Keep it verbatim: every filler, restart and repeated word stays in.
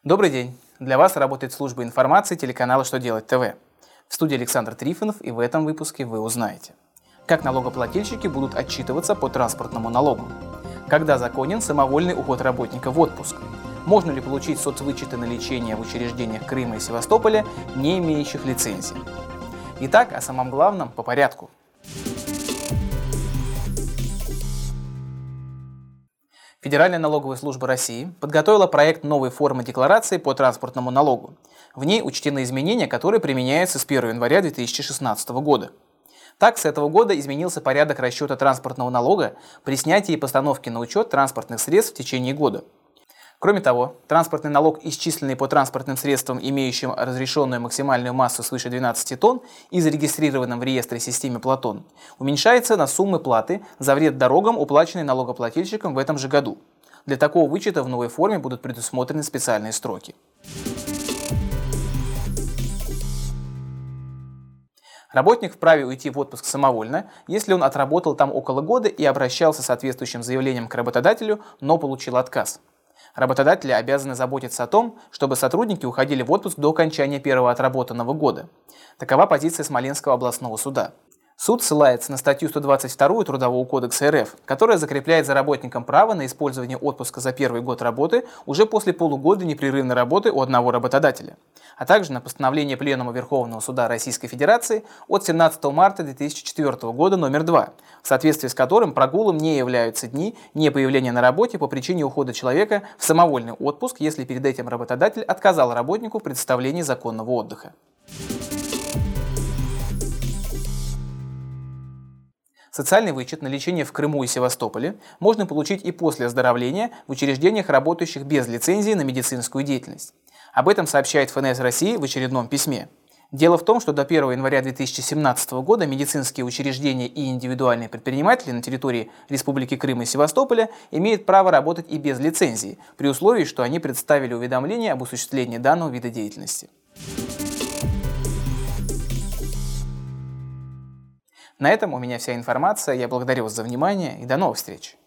Добрый день! Для вас работает служба информации телеканала «Что делать ТВ». В студии Александр Трифонов, и в этом выпуске вы узнаете, как налогоплательщики будут отчитываться по транспортному налогу, когда законен самовольный уход работника в отпуск, можно ли получить соцвычеты на лечение в учреждениях Крыма и Севастополя, не имеющих лицензии. Итак, о самом главном по порядку. Федеральная налоговая служба России подготовила проект новой формы декларации по транспортному налогу. В ней учтены изменения, которые применяются с первого января две тысячи шестнадцатого года. Так, с этого года изменился порядок расчета транспортного налога при снятии и постановке на учет транспортных средств в течение года. Кроме того, транспортный налог, исчисленный по транспортным средствам, имеющим разрешенную максимальную массу свыше двенадцати тонн и зарегистрированным в реестре системе Платон, уменьшается на суммы платы за вред дорогам, уплаченные налогоплательщикам в этом же году. Для такого вычета в новой форме будут предусмотрены специальные строки. Работник вправе уйти в отпуск самовольно, если он отработал там около года и обращался с соответствующим заявлением к работодателю, но получил отказ. Работодатели обязаны заботиться о том, чтобы сотрудники уходили в отпуск до окончания первого отработанного года. Такова позиция Смоленского областного суда. Суд ссылается на статью сто двадцать вторую Трудового кодекса эр эф, которая закрепляет за работником право на использование отпуска за первый год работы уже после полугода непрерывной работы у одного работодателя, а также на постановление Пленума Верховного Суда Российской Федерации от семнадцатого марта две тысячи четвёртого года номер два, в соответствии с которым прогулом не являются дни не появления на работе по причине ухода человека в самовольный отпуск, если перед этим работодатель отказал работнику в предоставлении законного отдыха. Социальный вычет на лечение в Крыму и Севастополе можно получить и после оздоровления в учреждениях, работающих без лицензии на медицинскую деятельность. Об этом сообщает эф эн эс России в очередном письме. Дело в том, что до первого января две тысячи семнадцатого года медицинские учреждения и индивидуальные предприниматели на территории Республики Крым и Севастополя имеют право работать и без лицензии, при условии, что они представили уведомление об осуществлении данного вида деятельности. На этом у меня вся информация. Я благодарю вас за внимание и до новых встреч!